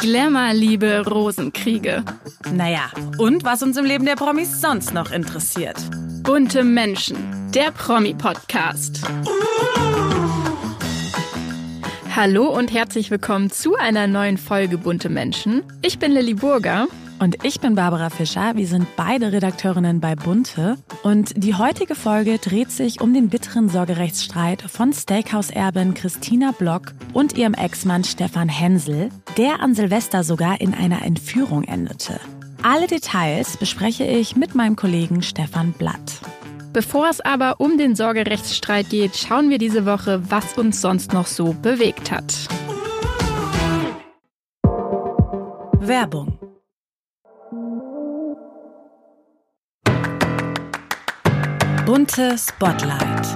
Glamour, Liebe, Rosenkriege. Naja, und was uns im Leben der Promis sonst noch interessiert. Bunte Menschen, der Promi-Podcast. Hallo und herzlich willkommen zu einer neuen Folge Bunte Menschen. Ich bin Lilly Burger. Und ich bin Barbara Fischer. Wir sind beide Redakteurinnen bei Bunte. Und die heutige Folge dreht sich um den bitteren Sorgerechtsstreit von Steakhouse-Erbin Christina Block und ihrem Ex-Mann Stefan Hensel, der an Silvester sogar in einer Entführung endete. Alle Details bespreche ich mit meinem Kollegen Stefan Blatt. Bevor es aber um den Sorgerechtsstreit geht, schauen wir diese Woche, was uns sonst noch so bewegt hat. Werbung. Bunte Spotlight.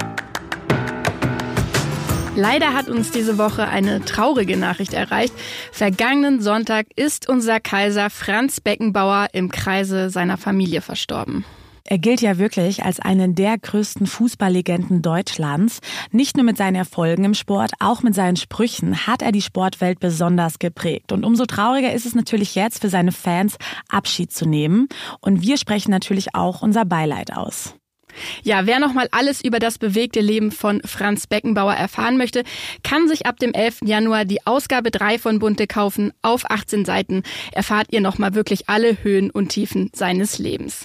Leider hat uns diese Woche eine traurige Nachricht erreicht. Vergangenen Sonntag ist unser Kaiser Franz Beckenbauer im Kreise seiner Familie verstorben. Er gilt ja wirklich als eine der größten Fußballlegenden Deutschlands. Nicht nur mit seinen Erfolgen im Sport, auch mit seinen Sprüchen hat er die Sportwelt besonders geprägt. Und umso trauriger ist es natürlich jetzt für seine Fans, Abschied zu nehmen. Und wir sprechen natürlich auch unser Beileid aus. Ja, wer nochmal alles über das bewegte Leben von Franz Beckenbauer erfahren möchte, kann sich ab dem 11. Januar die Ausgabe 3 von Bunte kaufen. Auf 18 Seiten erfahrt ihr nochmal wirklich alle Höhen und Tiefen seines Lebens.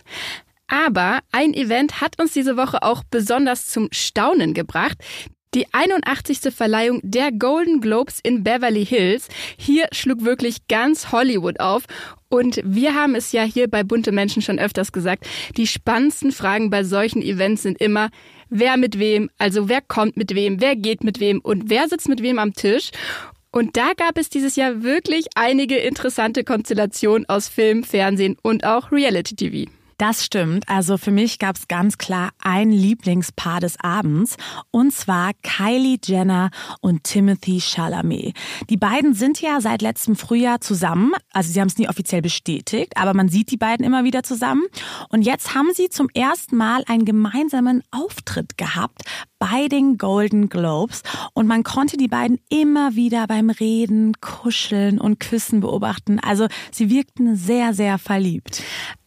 Aber ein Event hat uns diese Woche auch besonders zum Staunen gebracht. Die 81. Verleihung der Golden Globes in Beverly Hills. Hier schlug wirklich ganz Hollywood auf. Und wir haben es ja hier bei Bunte Menschen schon öfters gesagt, die spannendsten Fragen bei solchen Events sind immer, wer mit wem, also wer kommt mit wem, wer geht mit wem und wer sitzt mit wem am Tisch. Und da gab es dieses Jahr wirklich einige interessante Konstellationen aus Film, Fernsehen und auch Reality-TV. Das stimmt. Also für mich gab es ganz klar ein Lieblingspaar des Abends, und zwar Kylie Jenner und Timothée Chalamet. Die beiden sind ja seit letztem Frühjahr zusammen. Also sie haben es nie offiziell bestätigt, aber man sieht die beiden immer wieder zusammen. Und jetzt haben sie zum ersten Mal einen gemeinsamen Auftritt gehabt bei den Golden Globes. Und man konnte die beiden immer wieder beim Reden, Kuscheln und Küssen beobachten. Also sie wirkten sehr, sehr verliebt.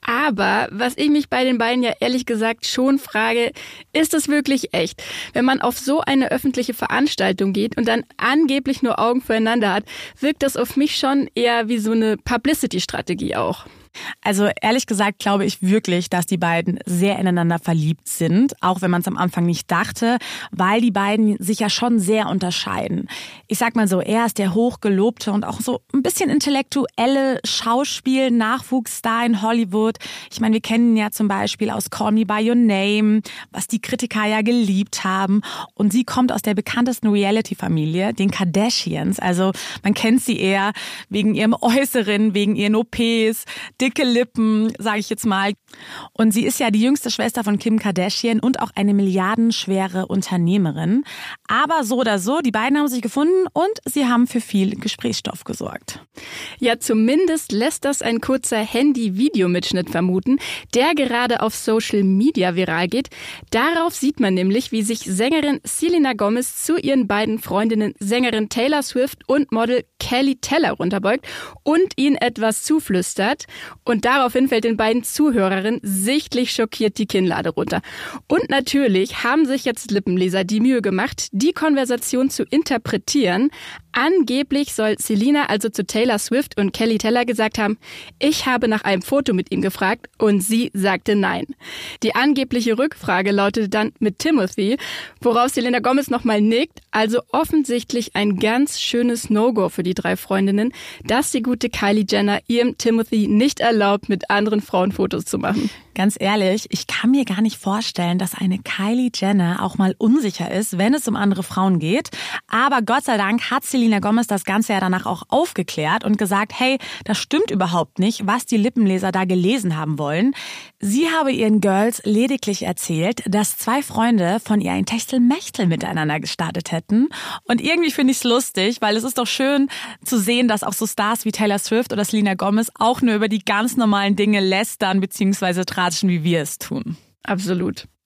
Aber was ich mich bei den beiden ja ehrlich gesagt schon frage, ist es wirklich echt? Wenn man auf so eine öffentliche Veranstaltung geht und dann angeblich nur Augen füreinander hat, wirkt das auf mich schon eher wie so eine Publicity-Strategie auch. Also ehrlich gesagt glaube ich wirklich, dass die beiden sehr ineinander verliebt sind, auch wenn man es am Anfang nicht dachte, weil die beiden sich ja schon sehr unterscheiden. Ich sag mal so, er ist der hochgelobte und auch so ein bisschen intellektuelle Schauspiel-Nachwuchsstar in Hollywood. Ich meine, wir kennen ihn ja zum Beispiel aus Call Me By Your Name, was die Kritiker ja geliebt haben. Und sie kommt aus der bekanntesten Reality-Familie, den Kardashians. Also man kennt sie eher wegen ihrem Äußeren, wegen ihren OPs, dicke Lippen, sage ich jetzt mal. Und sie ist ja die jüngste Schwester von Kim Kardashian und auch eine milliardenschwere Unternehmerin. Aber so oder so, die beiden haben sich gefunden und sie haben für viel Gesprächsstoff gesorgt. Ja, zumindest lässt das ein kurzer Handy-Videomitschnitt vermuten, der gerade auf Social Media viral geht. Darauf sieht man nämlich, wie sich Sängerin Selena Gomez zu ihren beiden Freundinnen Sängerin Taylor Swift und Model Kelly Teller runterbeugt und ihnen etwas zuflüstert. Und daraufhin fällt den beiden Zuhörerinnen sichtlich schockiert die Kinnlade runter. Und natürlich haben sich jetzt Lippenleser die Mühe gemacht, die Konversation zu interpretieren. Angeblich soll Selena also zu Taylor Swift und Kelly Teller gesagt haben, ich habe nach einem Foto mit ihm gefragt und sie sagte nein. Die angebliche Rückfrage lautete dann mit Timothy, worauf Selena Gomez nochmal nickt, also offensichtlich ein ganz schönes No-Go für die drei Freundinnen, dass die gute Kylie Jenner ihrem Timothy nicht erlaubt, mit anderen Frauen Fotos zu machen. Ganz ehrlich, ich kann mir gar nicht vorstellen, dass eine Kylie Jenner auch mal unsicher ist, wenn es um andere Frauen geht. Aber Gott sei Dank hat Selena Gomez das Ganze ja danach auch aufgeklärt und gesagt, hey, das stimmt überhaupt nicht, was die Lippenleser da gelesen haben wollen. Sie habe ihren Girls lediglich erzählt, dass zwei Freunde von ihr ein Techtelmechtel miteinander gestartet hätten. Und irgendwie finde ich es lustig, weil es ist doch schön zu sehen, dass auch so Stars wie Taylor Swift oder Selena Gomez auch nur über die ganz normalen Dinge lästern bzw. tratschen, wie wir es tun. Absolut.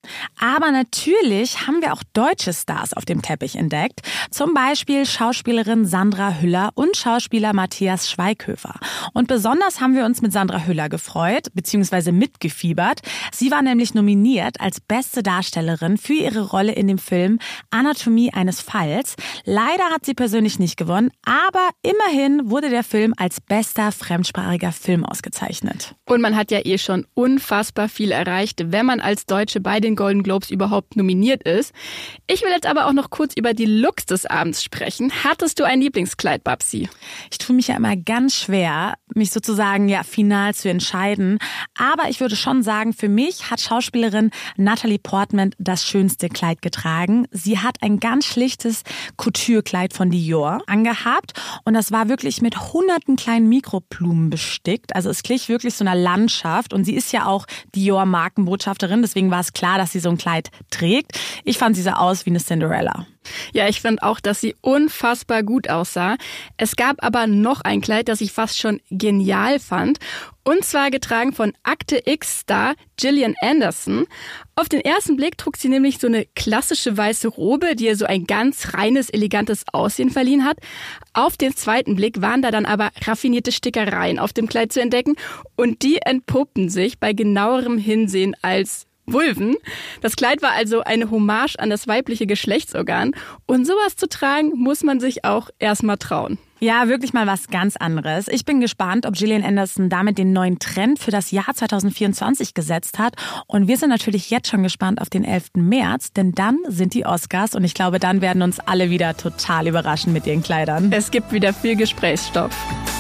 Aber natürlich haben wir auch deutsche Stars auf dem Teppich entdeckt. Zum Beispiel Schauspielerin Sandra Hüller und Schauspieler Matthias Schweighöfer. Und besonders haben wir uns mit Sandra Hüller gefreut, beziehungsweise mitgefiebert. Sie war nämlich nominiert als beste Darstellerin für ihre Rolle in dem Film Anatomie eines Falls. Leider hat sie persönlich nicht gewonnen, aber immerhin wurde der Film als bester fremdsprachiger Film ausgezeichnet. Und man hat ja schon unfassbar viel erreicht, wenn man als Deutsche bei den Golden Globes überhaupt nominiert ist. Ich will jetzt aber auch noch kurz über die Looks des Abends sprechen. Hattest du ein Lieblingskleid, Babsi? Ich tue mich ja immer ganz schwer, mich sozusagen final zu entscheiden. Aber ich würde schon sagen, für mich hat Schauspielerin Natalie Portman das schönste Kleid getragen. Sie hat ein ganz schlichtes Couture-Kleid von Dior angehabt und das war wirklich mit hunderten kleinen Mikroblumen bestickt. Also es glich wirklich so einer Landschaft und sie ist ja auch Dior-Markenbotschafterin, deswegen war es klar, dass sie so ein Kleid trägt. Ich fand, sie sah aus wie eine Cinderella. Ja, ich fand auch, dass sie unfassbar gut aussah. Es gab aber noch ein Kleid, das ich fast schon genial fand. Und zwar getragen von Akte X-Star Gillian Anderson. Auf den ersten Blick trug sie nämlich so eine klassische weiße Robe, die ihr so ein ganz reines, elegantes Aussehen verliehen hat. Auf den zweiten Blick waren da dann aber raffinierte Stickereien auf dem Kleid zu entdecken. Und die entpuppten sich bei genauerem Hinsehen als Vulven. Das Kleid war also eine Hommage an das weibliche Geschlechtsorgan. Und sowas zu tragen, muss man sich auch erstmal trauen. Ja, wirklich mal was ganz anderes. Ich bin gespannt, ob Gillian Anderson damit den neuen Trend für das Jahr 2024 gesetzt hat. Und wir sind natürlich jetzt schon gespannt auf den 11. März, denn dann sind die Oscars und ich glaube, dann werden uns alle wieder total überraschen mit ihren Kleidern. Es gibt wieder viel Gesprächsstoff.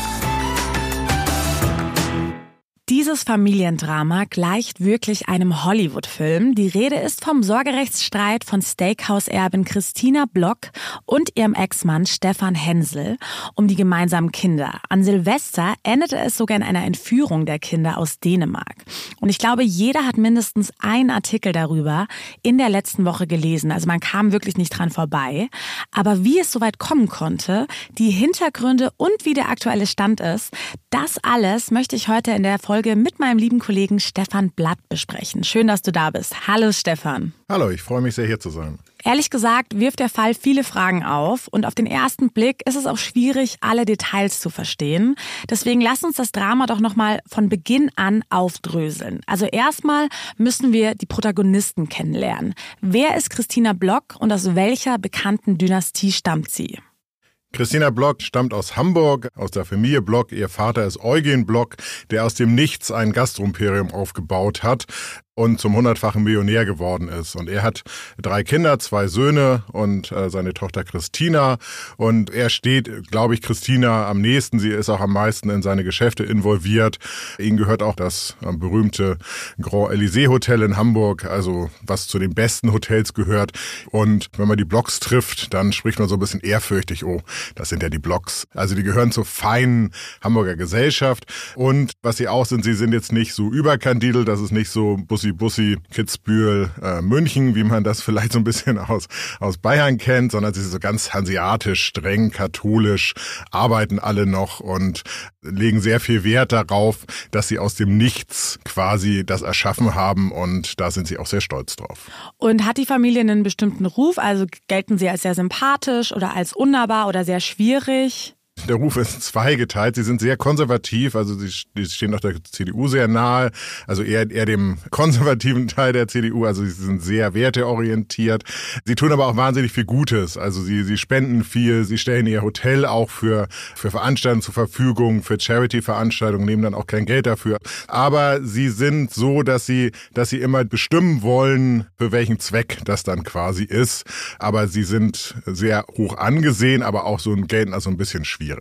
Dieses Familiendrama gleicht wirklich einem Hollywood-Film. Die Rede ist vom Sorgerechtsstreit von Steakhouse-Erbin Christina Block und ihrem Ex-Mann Stefan Hensel um die gemeinsamen Kinder. An Silvester endete es sogar in einer Entführung der Kinder aus Dänemark. Und ich glaube, jeder hat mindestens einen Artikel darüber in der letzten Woche gelesen. Also man kam wirklich nicht dran vorbei. Aber wie es soweit kommen konnte, die Hintergründe und wie der aktuelle Stand ist, das alles möchte ich heute in der Folge mit meinem lieben Kollegen Stefan Blatt besprechen. Schön, dass du da bist. Hallo Stefan. Hallo, ich freue mich sehr, hier zu sein. Ehrlich gesagt wirft der Fall viele Fragen auf und auf den ersten Blick ist es auch schwierig, alle Details zu verstehen. Deswegen lass uns das Drama doch nochmal von Beginn an aufdröseln. Also erstmal müssen wir die Protagonisten kennenlernen. Wer ist Christina Block und aus welcher bekannten Dynastie stammt sie? Christina Block stammt aus Hamburg, aus der Familie Block. Ihr Vater ist Eugen Block, der aus dem Nichts ein Gastroimperium aufgebaut hat und zum 100-fachen Millionär geworden ist. Und er hat 3 Kinder, 2 Söhne und seine Tochter Christina. Und er steht, glaube ich, Christina am nächsten. Sie ist auch am meisten in seine Geschäfte involviert. Ihnen gehört auch das berühmte Grand Elysée Hotel in Hamburg, also was zu den besten Hotels gehört. Und wenn man die Blocks trifft, dann spricht man so ein bisschen ehrfürchtig, oh, das sind ja die Blocks. Also die gehören zur feinen Hamburger Gesellschaft. Und was sie auch sind, sie sind jetzt nicht so überkandidelt, das ist nicht so Bussi, Kitzbühel, München, wie man das vielleicht so ein bisschen aus Bayern kennt, sondern sie sind so ganz hanseatisch, streng, katholisch, arbeiten alle noch und legen sehr viel Wert darauf, dass sie aus dem Nichts quasi das erschaffen haben und da sind sie auch sehr stolz drauf. Und hat die Familie einen bestimmten Ruf? Also gelten sie als sehr sympathisch oder als unnahbar oder sehr schwierig? Der Ruf ist zweigeteilt. Sie sind sehr konservativ, also sie stehen auch der CDU sehr nahe, also eher dem konservativen Teil der CDU, also sie sind sehr werteorientiert. Sie tun aber auch wahnsinnig viel Gutes, also sie spenden viel, sie stellen ihr Hotel auch für Veranstaltungen zur Verfügung, für Charity-Veranstaltungen, nehmen dann auch kein Geld dafür. Aber sie sind so, dass sie immer bestimmen wollen, für welchen Zweck das dann quasi ist. Aber sie sind sehr hoch angesehen, aber auch gelten als so ein bisschen schwierig.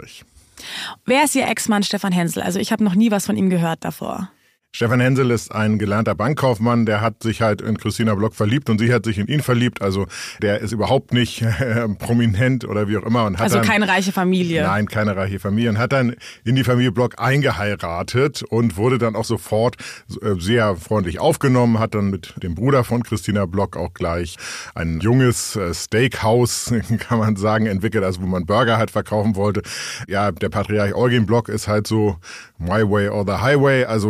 Wer ist Ihr Ex-Mann Stefan Hensel? Also ich habe noch nie was von ihm gehört davor. Stefan Hensel ist ein gelernter Bankkaufmann, der hat sich halt in Christina Block verliebt und sie hat sich in ihn verliebt. Also der ist überhaupt nicht prominent oder wie auch immer. Und hat also keine reiche Familie. Nein, keine reiche Familie. Und hat dann in die Familie Block eingeheiratet und wurde dann auch sofort sehr freundlich aufgenommen, hat dann mit dem Bruder von Christina Block auch gleich ein junges Steakhouse, kann man sagen, entwickelt, also wo man Burger halt verkaufen wollte. Ja, der Patriarch Eugen Block ist halt so my way or the highway, also entweder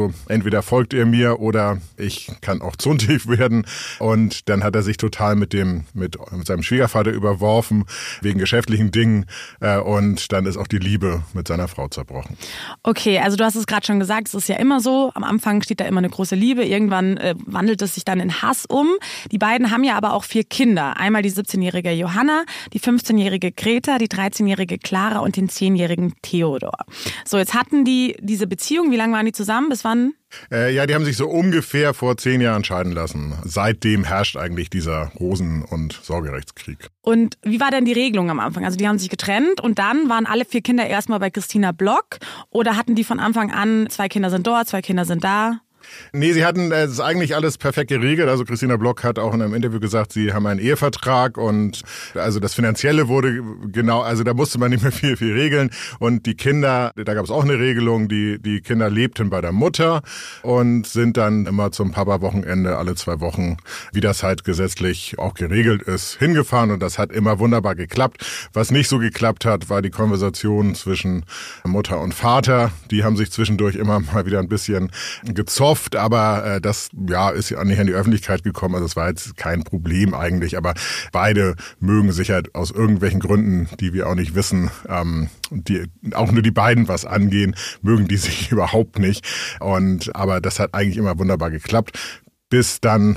entweder folgt ihr mir oder ich kann auch zuntief werden. Und dann hat er sich total mit seinem Schwiegervater überworfen, wegen geschäftlichen Dingen. Und dann ist auch die Liebe mit seiner Frau zerbrochen. Okay, also du hast es gerade schon gesagt, es ist ja immer so, am Anfang steht da immer eine große Liebe, irgendwann wandelt es sich dann in Hass um. Die beiden haben ja aber auch 4 Kinder. Einmal die 17-jährige Johanna, die 15-jährige Greta, die 13-jährige Clara und den 10-jährigen Theodor. So, jetzt hatten die diese Beziehung, wie lange waren die zusammen? Bis wann? Ja, die haben sich so ungefähr vor 10 Jahren scheiden lassen. Seitdem herrscht eigentlich dieser Rosen- und Sorgerechtskrieg. Und wie war denn die Regelung am Anfang? Also die haben sich getrennt und dann waren alle 4 Kinder erstmal bei Christina Block oder hatten die von Anfang an, 2 Kinder sind dort, 2 Kinder sind da? Nee, sie hatten es ist eigentlich alles perfekt geregelt. Also Christina Block hat auch in einem Interview gesagt, sie haben einen Ehevertrag und also das Finanzielle wurde genau, also da musste man nicht mehr viel regeln. Und die Kinder, da gab es auch eine Regelung, die Kinder lebten bei der Mutter und sind dann immer zum Papa-Wochenende alle 2 Wochen, wie das halt gesetzlich auch geregelt ist, hingefahren. Und das hat immer wunderbar geklappt. Was nicht so geklappt hat, war die Konversation zwischen Mutter und Vater. Die haben sich zwischendurch immer mal wieder ein bisschen gezofft. Aber das ist ja nicht an die Öffentlichkeit gekommen. Also es war jetzt kein Problem eigentlich. Aber beide mögen sich halt aus irgendwelchen Gründen, die wir auch nicht wissen, die auch nur die beiden was angehen, mögen die sich überhaupt nicht. Aber das hat eigentlich immer wunderbar geklappt, bis dann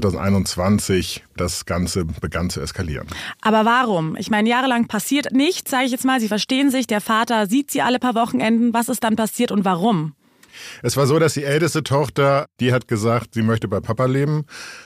2021 das Ganze begann zu eskalieren. Aber warum? Ich meine, jahrelang passiert nichts, sage ich jetzt mal. Sie verstehen sich, der Vater sieht sie alle paar Wochenenden. Was ist dann passiert und warum? Es war so, dass die älteste Tochter, die hat gesagt, sie möchte bei Papa leben.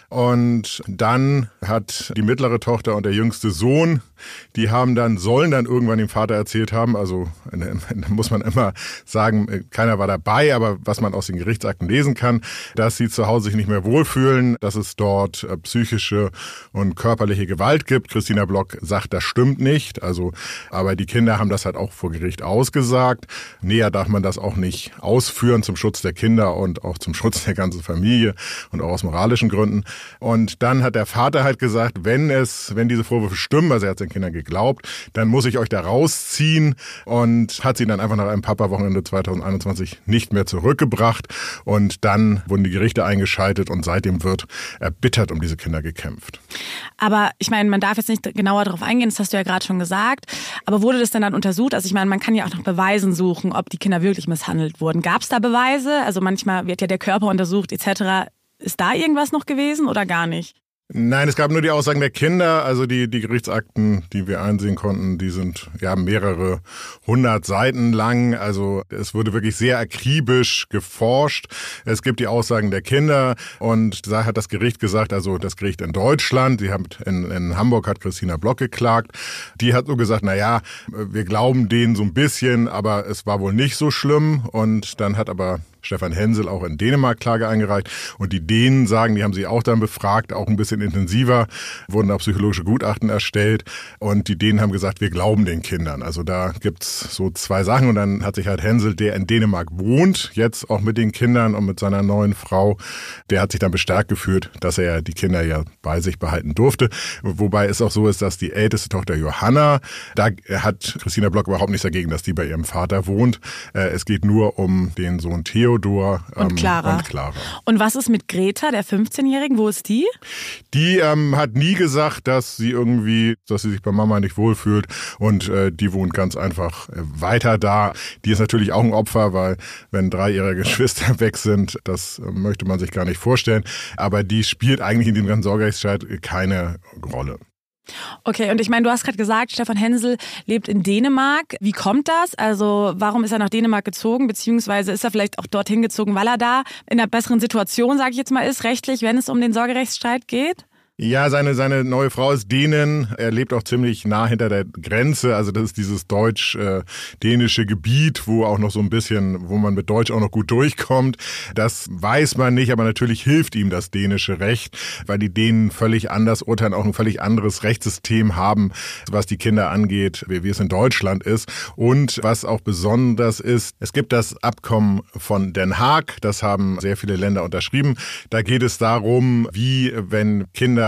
Und dann hat die mittlere Tochter und der jüngste Sohn, die sollen dann irgendwann dem Vater erzählt haben, also muss man immer sagen, keiner war dabei, aber was man aus den Gerichtsakten lesen kann, dass sie zu Hause sich nicht mehr wohlfühlen, dass es dort psychische und körperliche Gewalt gibt. Christina Block sagt, das stimmt nicht, aber die Kinder haben das halt auch vor Gericht ausgesagt. Näher darf man das auch nicht ausführen zum Schutz der Kinder und auch zum Schutz der ganzen Familie und auch aus moralischen Gründen. Und dann hat der Vater halt gesagt, wenn diese Vorwürfe stimmen, also er hat seinen Kindern geglaubt, dann muss ich euch da rausziehen und hat sie dann einfach nach einem Papa-Wochenende 2021 nicht mehr zurückgebracht. Und dann wurden die Gerichte eingeschaltet und seitdem wird erbittert um diese Kinder gekämpft. Aber ich meine, man darf jetzt nicht genauer darauf eingehen, das hast du ja gerade schon gesagt. Aber wurde das denn dann untersucht? Also ich meine, man kann ja auch nach Beweisen suchen, ob die Kinder wirklich misshandelt wurden. Gab es da Beweise? Also manchmal wird ja der Körper untersucht etc. Ist da irgendwas noch gewesen oder gar nicht? Nein, es gab nur die Aussagen der Kinder, also die Gerichtsakten, die wir einsehen konnten, die sind ja mehrere 100 Seiten lang, also es wurde wirklich sehr akribisch geforscht. Es gibt die Aussagen der Kinder und da hat das Gericht gesagt, also das Gericht in Deutschland, in Hamburg hat Christina Block geklagt, die hat so gesagt, wir glauben denen so ein bisschen, aber es war wohl nicht so schlimm und dann hat aber Stefan Hensel auch in Dänemark Klage eingereicht. Und die Dänen sagen, die haben sie auch dann befragt, auch ein bisschen intensiver, wurden auch psychologische Gutachten erstellt. Und die Dänen haben gesagt, wir glauben den Kindern. Also da gibt's so 2 Sachen. Und dann hat sich halt Hensel, der in Dänemark wohnt, jetzt auch mit den Kindern und mit seiner neuen Frau, der hat sich dann bestärkt gefühlt, dass er die Kinder ja bei sich behalten durfte. Wobei es auch so ist, dass die älteste Tochter Johanna, da hat Christina Block überhaupt nichts dagegen, dass die bei ihrem Vater wohnt. Es geht nur um den Sohn Theodor und Clara. Und was ist mit Greta, der 15-Jährigen? Wo ist die? Die hat nie gesagt, dass sie sich bei Mama nicht wohlfühlt und die wohnt ganz einfach weiter da. Die ist natürlich auch ein Opfer, weil wenn 3 ihrer Geschwister weg sind, das möchte man sich gar nicht vorstellen. Aber die spielt eigentlich in dem ganzen Sorgerechtsstreit keine Rolle. Okay, und ich meine, du hast gerade gesagt, Stefan Hensel lebt in Dänemark. Wie kommt das? Also warum ist er nach Dänemark gezogen? Beziehungsweise ist er vielleicht auch dorthin gezogen, weil er da in einer besseren Situation, sage ich jetzt mal, ist, rechtlich, wenn es um den Sorgerechtsstreit geht? Ja, seine neue Frau ist Dänin. Er lebt auch ziemlich nah hinter der Grenze. Also das ist dieses deutsch-dänische Gebiet, wo auch noch so ein bisschen, wo man mit Deutsch auch noch gut durchkommt. Das weiß man nicht, aber natürlich hilft ihm das dänische Recht, weil die Dänen völlig anders urteilen, auch ein völlig anderes Rechtssystem haben, was die Kinder angeht, wie es in Deutschland ist. Und was auch besonders ist, es gibt das Abkommen von Den Haag, das haben sehr viele Länder unterschrieben. Da geht es darum, wie, wenn Kinder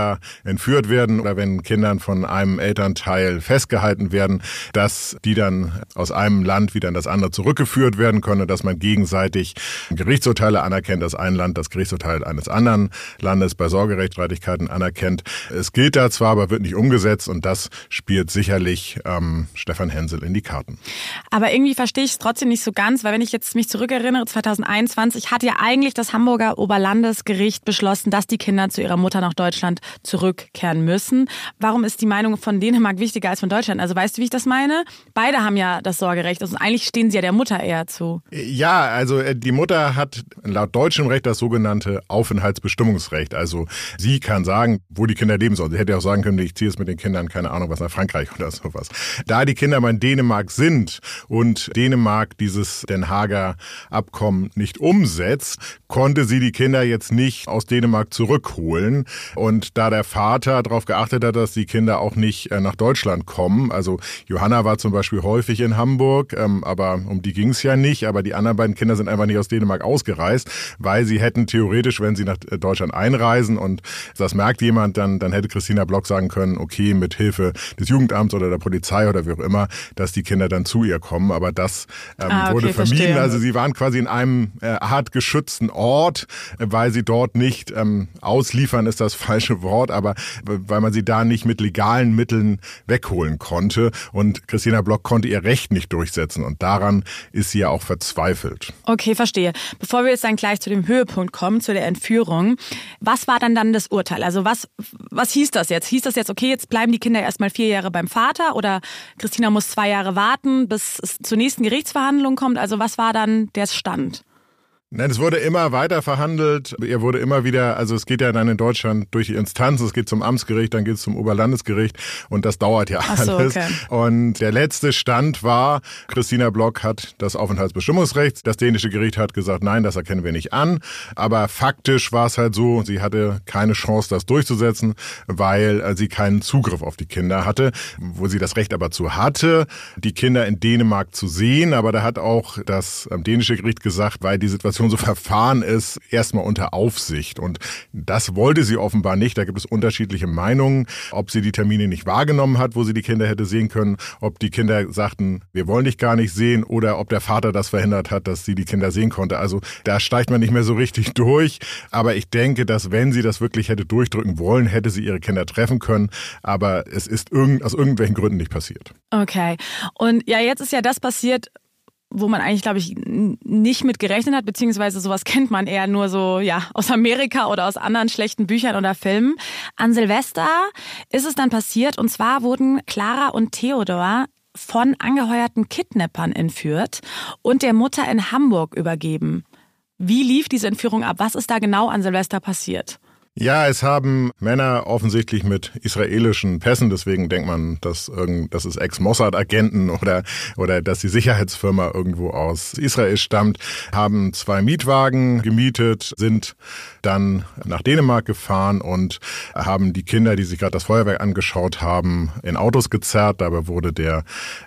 Kinder entführt werden oder wenn Kindern von einem Elternteil festgehalten werden, dass die dann aus einem Land wieder in das andere zurückgeführt werden können, dass man gegenseitig Gerichtsurteile anerkennt, dass ein Land das Gerichtsurteil eines anderen Landes bei Sorgerechtsstreitigkeiten anerkennt. Es gilt da zwar, aber wird nicht umgesetzt und das spielt sicherlich Stefan Hensel in die Karten. Aber irgendwie verstehe ich es trotzdem nicht so ganz, weil wenn ich jetzt mich zurückerinnere, 2021 hat ja eigentlich das Hamburger Oberlandesgericht beschlossen, dass die Kinder zu ihrer Mutter nach Deutschland zurückkehren müssen. Warum ist die Meinung von Dänemark wichtiger als von Deutschland? Also weißt du, wie ich das meine? Beide haben ja das Sorgerecht. Also eigentlich stehen sie ja der Mutter eher zu. Ja, also die Mutter hat laut deutschem Recht das sogenannte Aufenthaltsbestimmungsrecht. Also sie kann sagen, wo die Kinder leben sollen. Sie hätte ja auch sagen können, ich ziehe es mit den Kindern, keine Ahnung was, nach Frankreich oder sowas. Da die Kinder aber in Dänemark sind und Dänemark dieses Den Haager Abkommen nicht umsetzt, konnte sie die Kinder jetzt nicht aus Dänemark zurückholen. Und da der Vater darauf geachtet hat, dass die Kinder auch nicht nach Deutschland kommen, also Johanna war zum Beispiel häufig in Hamburg, aber um die ging es ja nicht, aber die anderen beiden Kinder sind einfach nicht aus Dänemark ausgereist, weil sie hätten theoretisch, wenn sie nach Deutschland einreisen und das merkt jemand, dann hätte Christina Block sagen können, okay, mit Hilfe des Jugendamts oder der Polizei oder wie auch immer, dass die Kinder dann zu ihr kommen, aber das wurde vermieden. Verstehe. Also sie waren quasi in einem hart geschützten Ort, weil sie dort nicht ausliefern ist das falsche Wort, aber weil man sie da nicht mit legalen Mitteln wegholen konnte und Christina Block konnte ihr Recht nicht durchsetzen und daran ist sie ja auch verzweifelt. Okay, verstehe. Bevor wir jetzt dann gleich zu dem Höhepunkt kommen, zu der Entführung, was war dann das Urteil? Also was hieß das jetzt? Hieß das jetzt, okay, jetzt bleiben die Kinder erstmal 4 Jahre beim Vater oder Christina muss 2 Jahre warten, bis es zur nächsten Gerichtsverhandlung kommt? Also was war dann der Stand? Nein, es wurde immer weiter verhandelt. Ihr wurde immer wieder, also es geht ja dann in Deutschland durch die Instanzen, es geht zum Amtsgericht, dann geht es zum Oberlandesgericht und das dauert ja alles. Ach so, okay. Und der letzte Stand war, Christina Block hat das Aufenthaltsbestimmungsrecht. Das dänische Gericht hat gesagt, nein, das erkennen wir nicht an. Aber faktisch war es halt so, sie hatte keine Chance, das durchzusetzen, weil sie keinen Zugriff auf die Kinder hatte, wo sie das Recht aber zu hatte, die Kinder in Dänemark zu sehen. Aber da hat auch das dänische Gericht gesagt, weil die Situation so verfahren ist, erstmal unter Aufsicht. Und das wollte sie offenbar nicht. Da gibt es unterschiedliche Meinungen, ob sie die Termine nicht wahrgenommen hat, wo sie die Kinder hätte sehen können, ob die Kinder sagten, wir wollen dich gar nicht sehen oder ob der Vater das verhindert hat, dass sie die Kinder sehen konnte. Also da steigt man nicht mehr so richtig durch. Aber ich denke, dass wenn sie das wirklich hätte durchdrücken wollen, hätte sie ihre Kinder treffen können. Aber es ist aus irgendwelchen Gründen nicht passiert. Okay. Und ja, jetzt ist ja das passiert, wo man eigentlich, glaube ich, nicht mit gerechnet hat, beziehungsweise sowas kennt man eher nur so, ja, aus Amerika oder aus anderen schlechten Büchern oder Filmen. An Silvester ist es dann passiert und zwar wurden Clara und Theodor von angeheuerten Kidnappern entführt und der Mutter in Hamburg übergeben. Wie lief diese Entführung ab? Was ist da genau an Silvester passiert? Ja, es haben Männer offensichtlich mit israelischen Pässen, deswegen denkt man, das ist Ex-Mossad-Agenten oder dass die Sicherheitsfirma irgendwo aus Israel stammt, haben 2 Mietwagen gemietet, sind dann nach Dänemark gefahren und haben die Kinder, die sich gerade das Feuerwerk angeschaut haben, in Autos gezerrt. Dabei wurde der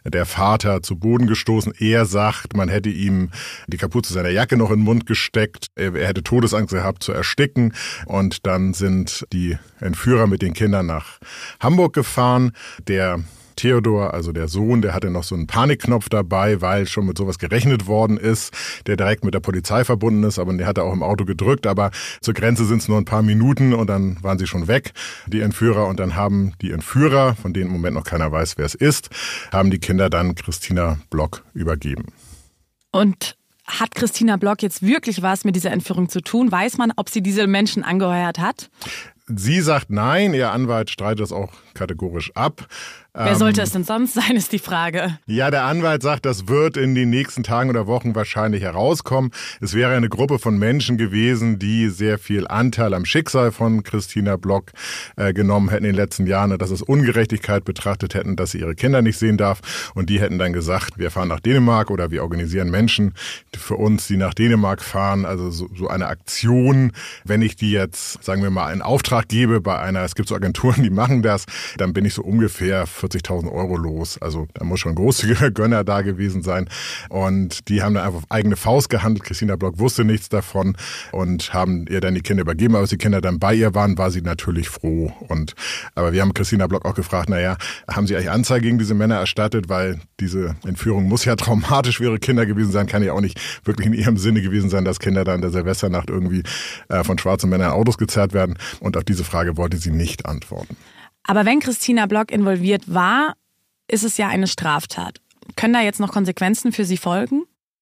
Vater zu Boden gestoßen. Er sagt, man hätte ihm die Kapuze seiner Jacke noch in den Mund gesteckt. Er hätte Todesangst gehabt zu ersticken und dann sind die Entführer mit den Kindern nach Hamburg gefahren. Der Theodor, also der Sohn, der hatte noch so einen Panikknopf dabei, weil schon mit sowas gerechnet worden ist, der direkt mit der Polizei verbunden ist, aber der hat er auch im Auto gedrückt, aber zur Grenze sind es nur ein paar Minuten und dann waren sie schon weg, die Entführer, und dann haben die Entführer, von denen im Moment noch keiner weiß, wer es ist, haben die Kinder dann Christina Block übergeben. Und hat Christina Block jetzt wirklich was mit dieser Entführung zu tun? Weiß man, ob sie diese Menschen angeheuert hat? Sie sagt nein, ihr Anwalt streitet das auch kategorisch ab. Wer sollte es denn sonst sein, ist die Frage. Ja, der Anwalt sagt, das wird in den nächsten Tagen oder Wochen wahrscheinlich herauskommen. Es wäre eine Gruppe von Menschen gewesen, die sehr viel Anteil am Schicksal von Christina Block genommen hätten in den letzten Jahren, dass es Ungerechtigkeit betrachtet hätten, dass sie ihre Kinder nicht sehen darf. Und die hätten dann gesagt, wir fahren nach Dänemark oder wir organisieren Menschen für uns, die nach Dänemark fahren. Also so eine Aktion, wenn ich die jetzt, sagen wir mal, einen Auftrag gebe bei es gibt so Agenturen, die machen das, dann bin ich so ungefähr für 40.000 € los. Also da muss schon ein großzügiger Gönner da gewesen sein. Und die haben dann einfach auf eigene Faust gehandelt. Christina Block wusste nichts davon und haben ihr dann die Kinder übergeben. Aber als die Kinder dann bei ihr waren, war sie natürlich froh. Aber wir haben Christina Block auch gefragt, haben Sie eigentlich Anzeige gegen diese Männer erstattet? Weil diese Entführung muss ja traumatisch für ihre Kinder gewesen sein. Kann ja auch nicht wirklich in ihrem Sinne gewesen sein, dass Kinder da in der Silvesternacht irgendwie von schwarzen Männern in Autos gezerrt werden. Und auf diese Frage wollte sie nicht antworten. Aber wenn Christina Block involviert war, ist es ja eine Straftat. Können da jetzt noch Konsequenzen für sie folgen?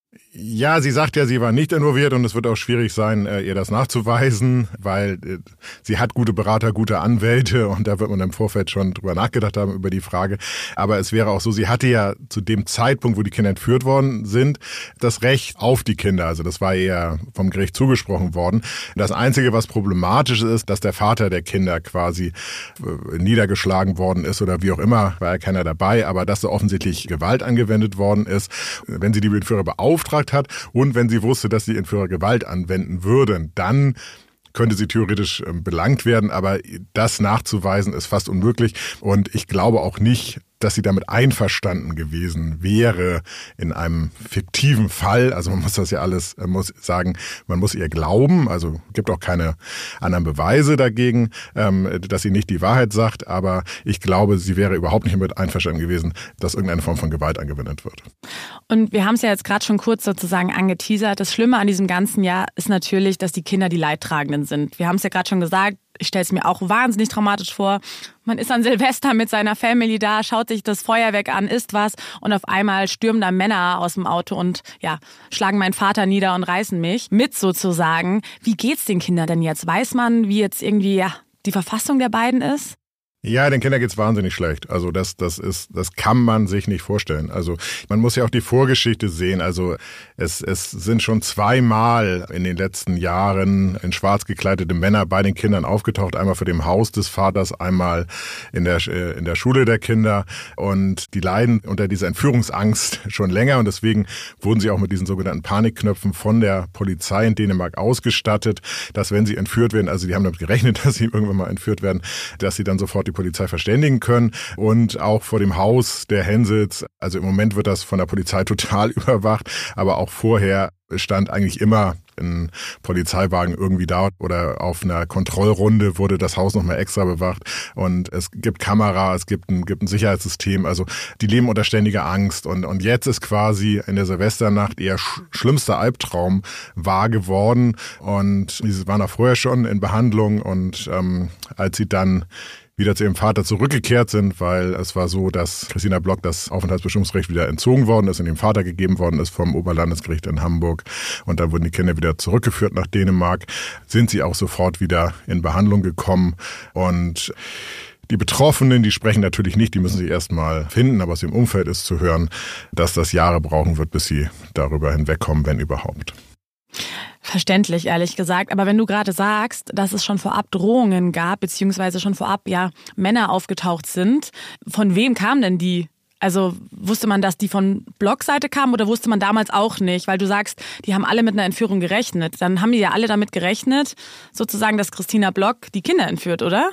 Ja, sie sagt ja, sie war nicht involviert und es wird auch schwierig sein, ihr das nachzuweisen, weil sie hat gute Berater, gute Anwälte und da wird man im Vorfeld schon drüber nachgedacht haben über die Frage. Aber es wäre auch so, sie hatte ja zu dem Zeitpunkt, wo die Kinder entführt worden sind, das Recht auf die Kinder. Also das war ihr vom Gericht zugesprochen worden. Das Einzige, was problematisch ist, dass der Vater der Kinder quasi niedergeschlagen worden ist oder wie auch immer, war ja keiner dabei, aber dass da offensichtlich Gewalt angewendet worden ist. Wenn sie die Entführer beauftragt hat und wenn sie wusste, dass die Entführer Gewalt anwenden würden, dann könnte sie theoretisch belangt werden, aber das nachzuweisen ist fast unmöglich und ich glaube auch nicht, dass sie damit einverstanden gewesen wäre in einem fiktiven Fall. Also man muss das ja alles, muss sagen, man muss ihr glauben. Also gibt auch keine anderen Beweise dagegen, dass sie nicht die Wahrheit sagt. Aber ich glaube, sie wäre überhaupt nicht damit einverstanden gewesen, dass irgendeine Form von Gewalt angewendet wird. Und wir haben es ja jetzt gerade schon kurz sozusagen angeteasert. Das Schlimme an diesem ganzen Jahr ist natürlich, dass die Kinder die Leidtragenden sind. Wir haben es ja gerade schon gesagt. Ich stelle es mir auch wahnsinnig traumatisch vor. Man ist an Silvester mit seiner Family da, schaut sich das Feuerwerk an, isst was und auf einmal stürmen da Männer aus dem Auto und schlagen meinen Vater nieder und reißen mich mit sozusagen. Wie geht's den Kindern denn jetzt? Weiß man, wie jetzt irgendwie die Verfassung der beiden ist? Ja, den Kindern geht's wahnsinnig schlecht. Also das kann man sich nicht vorstellen. Also man muss ja auch die Vorgeschichte sehen. Also es sind schon zweimal in den letzten Jahren in schwarz gekleidete Männer bei den Kindern aufgetaucht. Einmal vor dem Haus des Vaters, einmal in der Schule der Kinder. Und die leiden unter dieser Entführungsangst schon länger. Und deswegen wurden sie auch mit diesen sogenannten Panikknöpfen von der Polizei in Dänemark ausgestattet, dass wenn sie entführt werden, also die haben damit gerechnet, dass sie irgendwann mal entführt werden, dass sie dann sofort die Polizei verständigen können und auch vor dem Haus der Hensels, also im Moment wird das von der Polizei total überwacht, aber auch vorher stand eigentlich immer ein Polizeiwagen irgendwie da oder auf einer Kontrollrunde wurde das Haus nochmal extra bewacht und es gibt Kamera, es gibt ein Sicherheitssystem, also die leben unter ständiger Angst und jetzt ist quasi in der Silvesternacht ihr schlimmster Albtraum wahr geworden und sie waren auch vorher schon in Behandlung und als sie dann wieder zu ihrem Vater zurückgekehrt sind, weil es war so, dass Christina Block das Aufenthaltsbestimmungsrecht wieder entzogen worden ist und dem Vater gegeben worden ist vom Oberlandesgericht in Hamburg. Und dann wurden die Kinder wieder zurückgeführt nach Dänemark, sind sie auch sofort wieder in Behandlung gekommen. Und die Betroffenen, die sprechen natürlich nicht, die müssen sich erst mal finden, aber aus dem Umfeld ist zu hören, dass das Jahre brauchen wird, bis sie darüber hinwegkommen, wenn überhaupt. Verständlich, ehrlich gesagt. Aber wenn du gerade sagst, dass es schon vorab Drohungen gab, beziehungsweise schon vorab Männer aufgetaucht sind, von wem kamen denn die? Also wusste man, dass die von Block-Seite kamen oder wusste man damals auch nicht? Weil du sagst, die haben alle mit einer Entführung gerechnet. Dann haben die ja alle damit gerechnet, sozusagen, dass Christina Block die Kinder entführt, oder?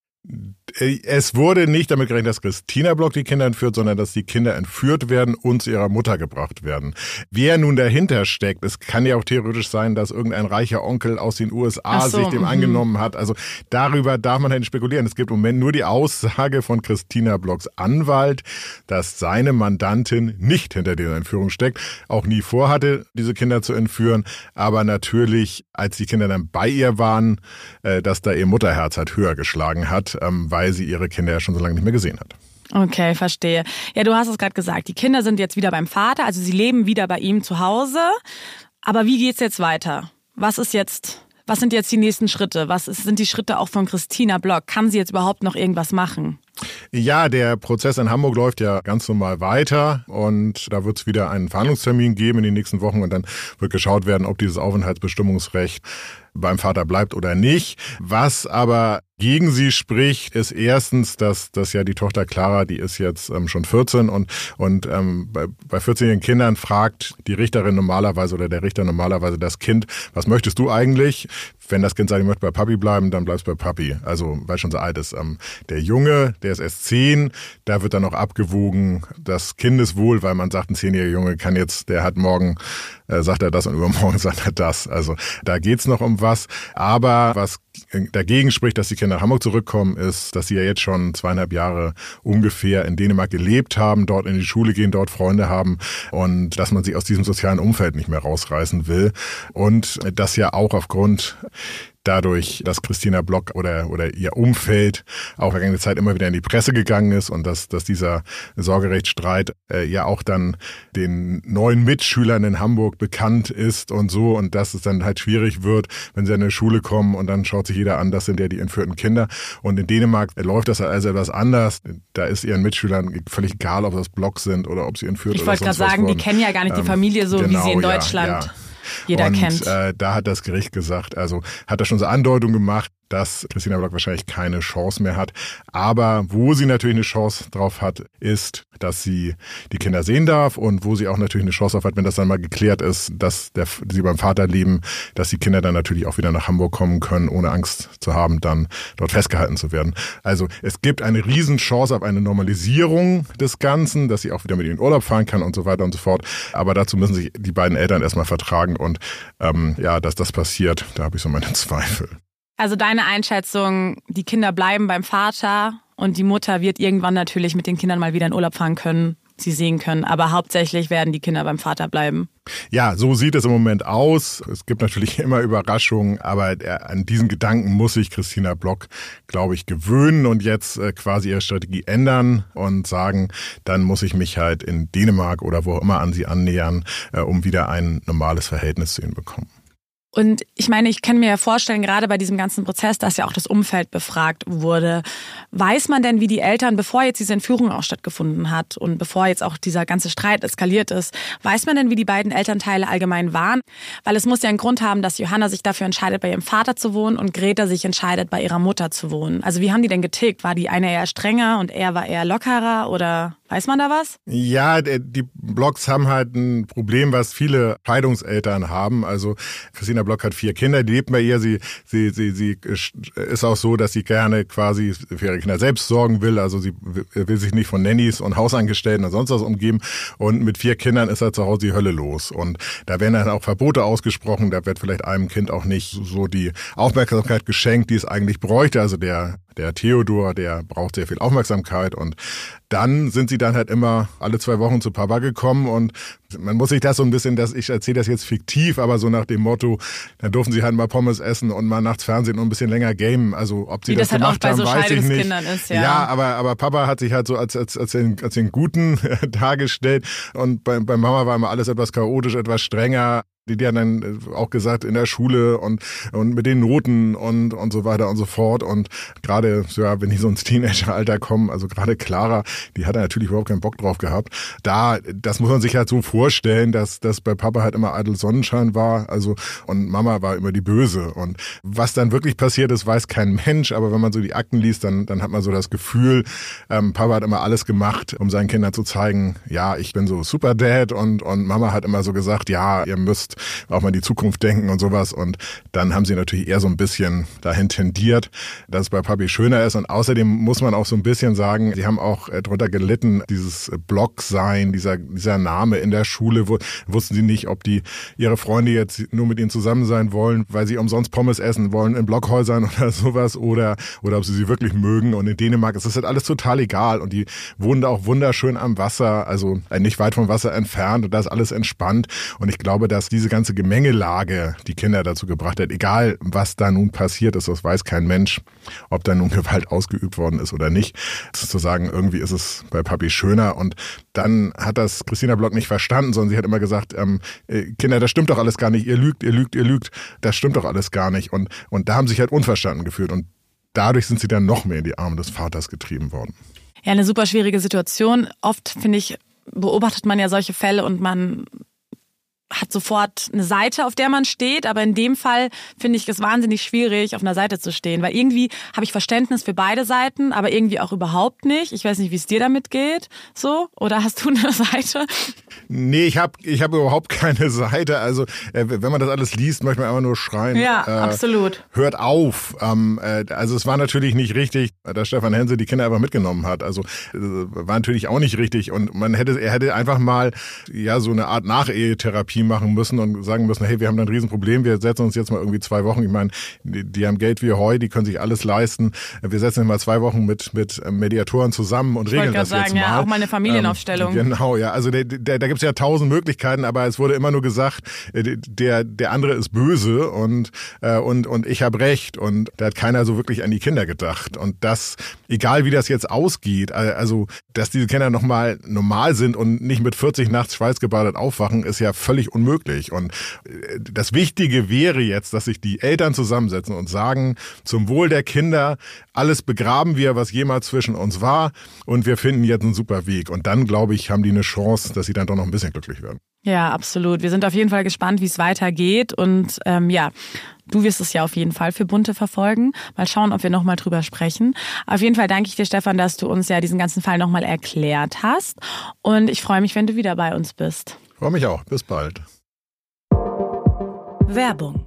Es wurde nicht damit gerechnet, dass Christina Block die Kinder entführt, sondern dass die Kinder entführt werden und zu ihrer Mutter gebracht werden. Wer nun dahinter steckt, es kann ja auch theoretisch sein, dass irgendein reicher Onkel aus den USA sich dem angenommen hat. Also darüber darf man nicht spekulieren. Es gibt im Moment nur die Aussage von Christina Blocks Anwalt, dass seine Mandantin nicht hinter dieser Entführung steckt, auch nie vorhatte, diese Kinder zu entführen. Aber natürlich, als die Kinder dann bei ihr waren, dass da ihr Mutterherz halt höher geschlagen hat, weil sie ihre Kinder ja schon so lange nicht mehr gesehen hat. Okay, verstehe. Ja, du hast es gerade gesagt, die Kinder sind jetzt wieder beim Vater, also sie leben wieder bei ihm zu Hause. Aber wie geht's jetzt weiter? Was sind jetzt die nächsten Schritte? Sind die Schritte auch von Christina Block? Kann sie jetzt überhaupt noch irgendwas machen? Ja, der Prozess in Hamburg läuft ja ganz normal weiter und da wird es wieder einen Verhandlungstermin geben in den nächsten Wochen und dann wird geschaut werden, ob dieses Aufenthaltsbestimmungsrecht beim Vater bleibt oder nicht. Was aber gegen sie spricht, ist erstens, dass ja die Tochter Clara, die ist jetzt schon 14 und bei 14-jährigen Kindern fragt die Richterin normalerweise oder der Richter normalerweise das Kind, was möchtest du eigentlich? Wenn das Kind sagt, ich möchte bei Papi bleiben, dann bleibst du bei Papi. Also, weil schon so alt ist. Der Junge, der ist erst 10, da wird dann noch abgewogen das Kindeswohl, weil man sagt, ein 10-jähriger Junge kann jetzt, der hat morgen, sagt er das und übermorgen sagt er das. Also da geht's noch um was. Aber was dagegen spricht, dass die Kinder nach Hamburg zurückkommen, ist, dass sie ja jetzt schon 2,5 Jahre ungefähr in Dänemark gelebt haben, dort in die Schule gehen, dort Freunde haben und dass man sie aus diesem sozialen Umfeld nicht mehr rausreißen will. Und das ja auch aufgrund dadurch, dass Christina Block oder ihr Umfeld auch vergangene Zeit immer wieder in die Presse gegangen ist und dass dieser Sorgerechtsstreit ja auch dann den neuen Mitschülern in Hamburg bekannt ist und so und dass es dann halt schwierig wird, wenn sie in eine Schule kommen und dann schaut sich jeder an, das sind ja die entführten Kinder. Und in Dänemark läuft das also etwas anders. Da ist ihren Mitschülern völlig egal, ob das Block sind oder ob sie entführt oder sonst was. Ich wollte gerade sagen, die kennen ja gar nicht die Familie so, wie sie in Deutschland jeder kennt. Da hat das Gericht gesagt, also hat er schon so Andeutung gemacht, dass Christina Block wahrscheinlich keine Chance mehr hat. Aber wo sie natürlich eine Chance drauf hat, ist, dass sie die Kinder sehen darf und wo sie auch natürlich eine Chance drauf hat, wenn das dann mal geklärt ist, dass sie beim Vater leben, dass die Kinder dann natürlich auch wieder nach Hamburg kommen können, ohne Angst zu haben, dann dort festgehalten zu werden. Also es gibt eine Riesenchance auf eine Normalisierung des Ganzen, dass sie auch wieder mit in den Urlaub fahren kann und so weiter und so fort. Aber dazu müssen sich die beiden Eltern erstmal vertragen und dass das passiert, da habe ich so meine Zweifel. Also deine Einschätzung, die Kinder bleiben beim Vater und die Mutter wird irgendwann natürlich mit den Kindern mal wieder in Urlaub fahren können, sie sehen können, aber hauptsächlich werden die Kinder beim Vater bleiben. Ja, so sieht es im Moment aus. Es gibt natürlich immer Überraschungen, aber an diesen Gedanken muss sich Christina Block, glaube ich, gewöhnen und jetzt quasi ihre Strategie ändern und sagen, dann muss ich mich halt in Dänemark oder wo auch immer an sie annähern, um wieder ein normales Verhältnis zu ihnen bekommen. Und ich meine, ich kann mir ja vorstellen, gerade bei diesem ganzen Prozess, dass ja auch das Umfeld befragt wurde. Weiß man denn, wie die Eltern, bevor jetzt diese Entführung auch stattgefunden hat und bevor jetzt auch dieser ganze Streit eskaliert ist, weiß man denn, wie die beiden Elternteile allgemein waren? Weil es muss ja einen Grund haben, dass Johanna sich dafür entscheidet, bei ihrem Vater zu wohnen und Greta sich entscheidet, bei ihrer Mutter zu wohnen. Also wie haben die denn getickt? War die eine eher strenger und er war eher lockerer oder weiß man da was? Ja, die Blocks haben halt ein Problem, was viele Scheidungseltern haben. Also Christina Block hat 4 Kinder, die lebt bei ihr. Sie ist auch so, dass sie gerne quasi für ihre Kinder selbst sorgen will. Also sie will sich nicht von Nannies und Hausangestellten und sonst was umgeben. Und mit 4 Kindern ist zu Hause die Hölle los. Und da werden dann auch Verbote ausgesprochen. Da wird vielleicht einem Kind auch nicht so die Aufmerksamkeit geschenkt, die es eigentlich bräuchte. Also der Theodor, der braucht sehr viel Aufmerksamkeit und dann sind sie dann halt immer alle 2 Wochen zu Papa gekommen und man muss sich das so ein bisschen, ich erzähle das jetzt fiktiv, aber so nach dem Motto, dann durften sie halt mal Pommes essen und mal nachts Fernsehen und ein bisschen länger gamen. Also ob sie das gemacht haben, weiß ich nicht. Ist, ja. Ja, aber Papa hat sich halt so als den Guten dargestellt und bei Mama war immer alles etwas chaotisch, etwas strenger. Die haben dann auch gesagt, in der Schule und mit den Noten und so weiter und so fort. Und gerade, ja, wenn die so ins Teenageralter kommen, also gerade Clara, die hat natürlich überhaupt keinen Bock drauf gehabt. Das muss man sich halt so vorstellen, dass das bei Papa halt immer eitel Sonnenschein war, also und Mama war immer die Böse. Und was dann wirklich passiert ist, weiß kein Mensch, aber wenn man so die Akten liest, dann hat man so das Gefühl, Papa hat immer alles gemacht, um seinen Kindern zu zeigen, ja, ich bin so Super Dad und Mama hat immer so gesagt, ja, ihr müsst auch mal in die Zukunft denken und sowas. Und dann haben sie natürlich eher so ein bisschen dahin tendiert, dass es bei Papi schöner ist. Und außerdem muss man auch so ein bisschen sagen, sie haben auch drunter gelitten, dieses Block-Sein, dieser Name in der Schule. Wussten sie nicht, ob ihre Freunde jetzt nur mit ihnen zusammen sein wollen, weil sie umsonst Pommes essen wollen in Blockhäusern oder sowas oder ob sie wirklich mögen. Und in Dänemark ist das halt alles total egal. Und die wohnen da auch wunderschön am Wasser, also nicht weit vom Wasser entfernt. Und da ist alles entspannt. Und ich glaube, dass diese ganze Gemengelage die Kinder dazu gebracht hat, egal was da nun passiert ist, das weiß kein Mensch, ob da nun Gewalt ausgeübt worden ist oder nicht. Das ist zu sagen, irgendwie ist es bei Papi schöner. Und dann hat das Christina Block nicht verstanden, sondern sie hat immer gesagt, Kinder, das stimmt doch alles gar nicht, ihr lügt, das stimmt doch alles gar nicht. Und da haben sie sich halt unverstanden gefühlt. Und dadurch sind sie dann noch mehr in die Arme des Vaters getrieben worden. Ja, eine super schwierige Situation. Oft, finde ich, beobachtet man ja solche Fälle und man hat sofort eine Seite, auf der man steht. Aber in dem Fall finde ich es wahnsinnig schwierig, auf einer Seite zu stehen. Weil irgendwie habe ich Verständnis für beide Seiten, aber irgendwie auch überhaupt nicht. Ich weiß nicht, wie es dir damit geht. So? Oder hast du eine Seite? Nee, ich hab überhaupt keine Seite. Also wenn man das alles liest, möchte man einfach nur schreien. Ja, absolut. Hört auf. Also es war natürlich nicht richtig, dass Stefan Hense die Kinder einfach mitgenommen hat. Also war natürlich auch nicht richtig. Und er hätte einfach mal so eine Art Nachehetherapie machen müssen und sagen müssen, hey, wir haben da ein Riesenproblem, wir setzen uns jetzt mal irgendwie 2 Wochen. Ich meine, die haben Geld wie Heu, die können sich alles leisten. Wir setzen uns mal 2 Wochen mit Mediatoren zusammen und regeln das jetzt mal. Ja, auch mal eine Familienaufstellung. Genau, ja. Also da gibt's ja 1000 Möglichkeiten, aber es wurde immer nur gesagt, der andere ist böse und ich habe recht. Und da hat keiner so wirklich an die Kinder gedacht. Und das, egal wie das jetzt ausgeht, also dass diese Kinder nochmal normal sind und nicht mit 40 nachts schweißgebadet aufwachen, ist ja völlig unmöglich. Und das Wichtige wäre jetzt, dass sich die Eltern zusammensetzen und sagen, zum Wohl der Kinder, alles begraben wir, was jemals zwischen uns war, und wir finden jetzt einen super Weg. Und dann, glaube ich, haben die eine Chance, dass sie dann doch noch ein bisschen glücklich werden. Ja, absolut. Wir sind auf jeden Fall gespannt, wie es weitergeht. Und du wirst es ja auf jeden Fall für Bunte verfolgen. Mal schauen, ob wir nochmal drüber sprechen. Auf jeden Fall danke ich dir, Stefan, dass du uns ja diesen ganzen Fall nochmal erklärt hast. Und ich freue mich, wenn du wieder bei uns bist. Freue mich auch. Bis bald. Werbung.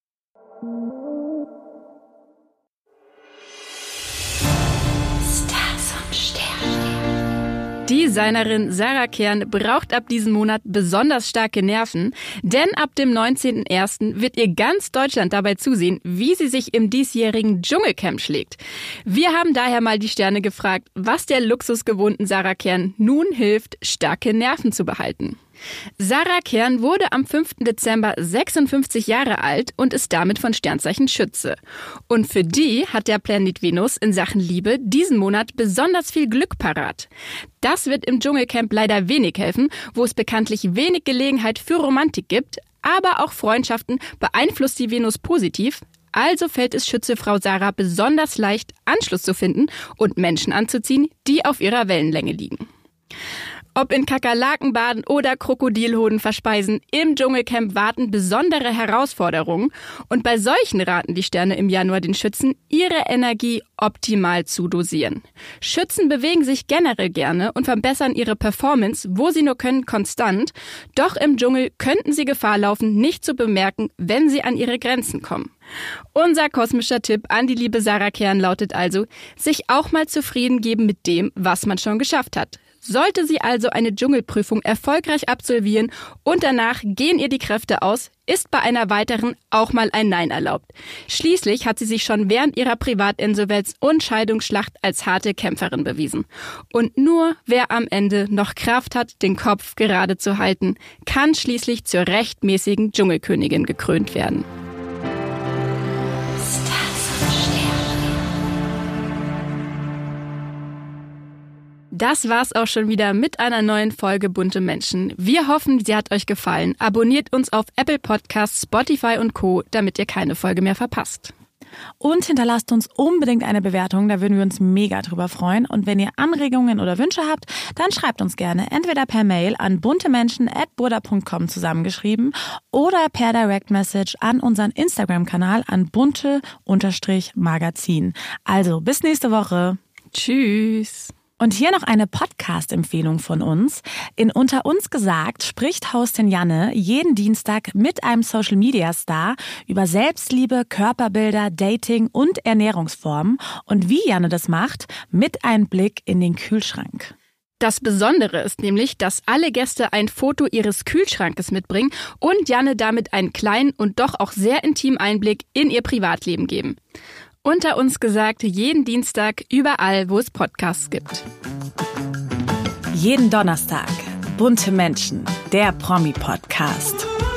Die Designerin Sarah Kern braucht ab diesem Monat besonders starke Nerven, denn ab dem 19.01. wird ihr ganz Deutschland dabei zusehen, wie sie sich im diesjährigen Dschungelcamp schlägt. Wir haben daher mal die Sterne gefragt, was der luxusgewohnten Sarah Kern nun hilft, starke Nerven zu behalten. Sarah Kern wurde am 5. Dezember 56 Jahre alt und ist damit von Sternzeichen Schütze. Und für die hat der Planet Venus in Sachen Liebe diesen Monat besonders viel Glück parat. Das wird im Dschungelcamp leider wenig helfen, wo es bekanntlich wenig Gelegenheit für Romantik gibt, aber auch Freundschaften beeinflusst die Venus positiv. Also fällt es Schütze Frau Sarah besonders leicht, Anschluss zu finden und Menschen anzuziehen, die auf ihrer Wellenlänge liegen. Ob in Kakerlaken baden oder Krokodilhoden verspeisen, im Dschungelcamp warten besondere Herausforderungen. Und bei solchen raten die Sterne im Januar den Schützen, ihre Energie optimal zu dosieren. Schützen bewegen sich generell gerne und verbessern ihre Performance, wo sie nur können, konstant. Doch im Dschungel könnten sie Gefahr laufen, nicht zu bemerken, wenn sie an ihre Grenzen kommen. Unser kosmischer Tipp an die liebe Sarah Kern lautet also, sich auch mal zufrieden geben mit dem, was man schon geschafft hat. Sollte sie also eine Dschungelprüfung erfolgreich absolvieren und danach gehen ihr die Kräfte aus, ist bei einer weiteren auch mal ein Nein erlaubt. Schließlich hat sie sich schon während ihrer Privatinsolvenz und Scheidungsschlacht als harte Kämpferin bewiesen. Und nur wer am Ende noch Kraft hat, den Kopf gerade zu halten, kann schließlich zur rechtmäßigen Dschungelkönigin gekrönt werden. Das war's auch schon wieder mit einer neuen Folge Bunte Menschen. Wir hoffen, sie hat euch gefallen. Abonniert uns auf Apple Podcasts, Spotify und Co., damit ihr keine Folge mehr verpasst. Und hinterlasst uns unbedingt eine Bewertung, da würden wir uns mega drüber freuen. Und wenn ihr Anregungen oder Wünsche habt, dann schreibt uns gerne entweder per Mail an buntemenschen@burda.com zusammengeschrieben oder per Direct Message an unseren Instagram-Kanal an bunte_magazin. Also bis nächste Woche. Tschüss. Und hier noch eine Podcast-Empfehlung von uns. In Unter uns gesagt spricht Hostin Janne jeden Dienstag mit einem Social-Media-Star über Selbstliebe, Körperbilder, Dating und Ernährungsformen. Und wie Janne das macht, mit einem Blick in den Kühlschrank. Das Besondere ist nämlich, dass alle Gäste ein Foto ihres Kühlschrankes mitbringen und Janne damit einen kleinen und doch auch sehr intimen Einblick in ihr Privatleben geben. Unter uns gesagt, jeden Dienstag, überall, wo es Podcasts gibt. Jeden Donnerstag, Bunte Menschen, der Promi-Podcast.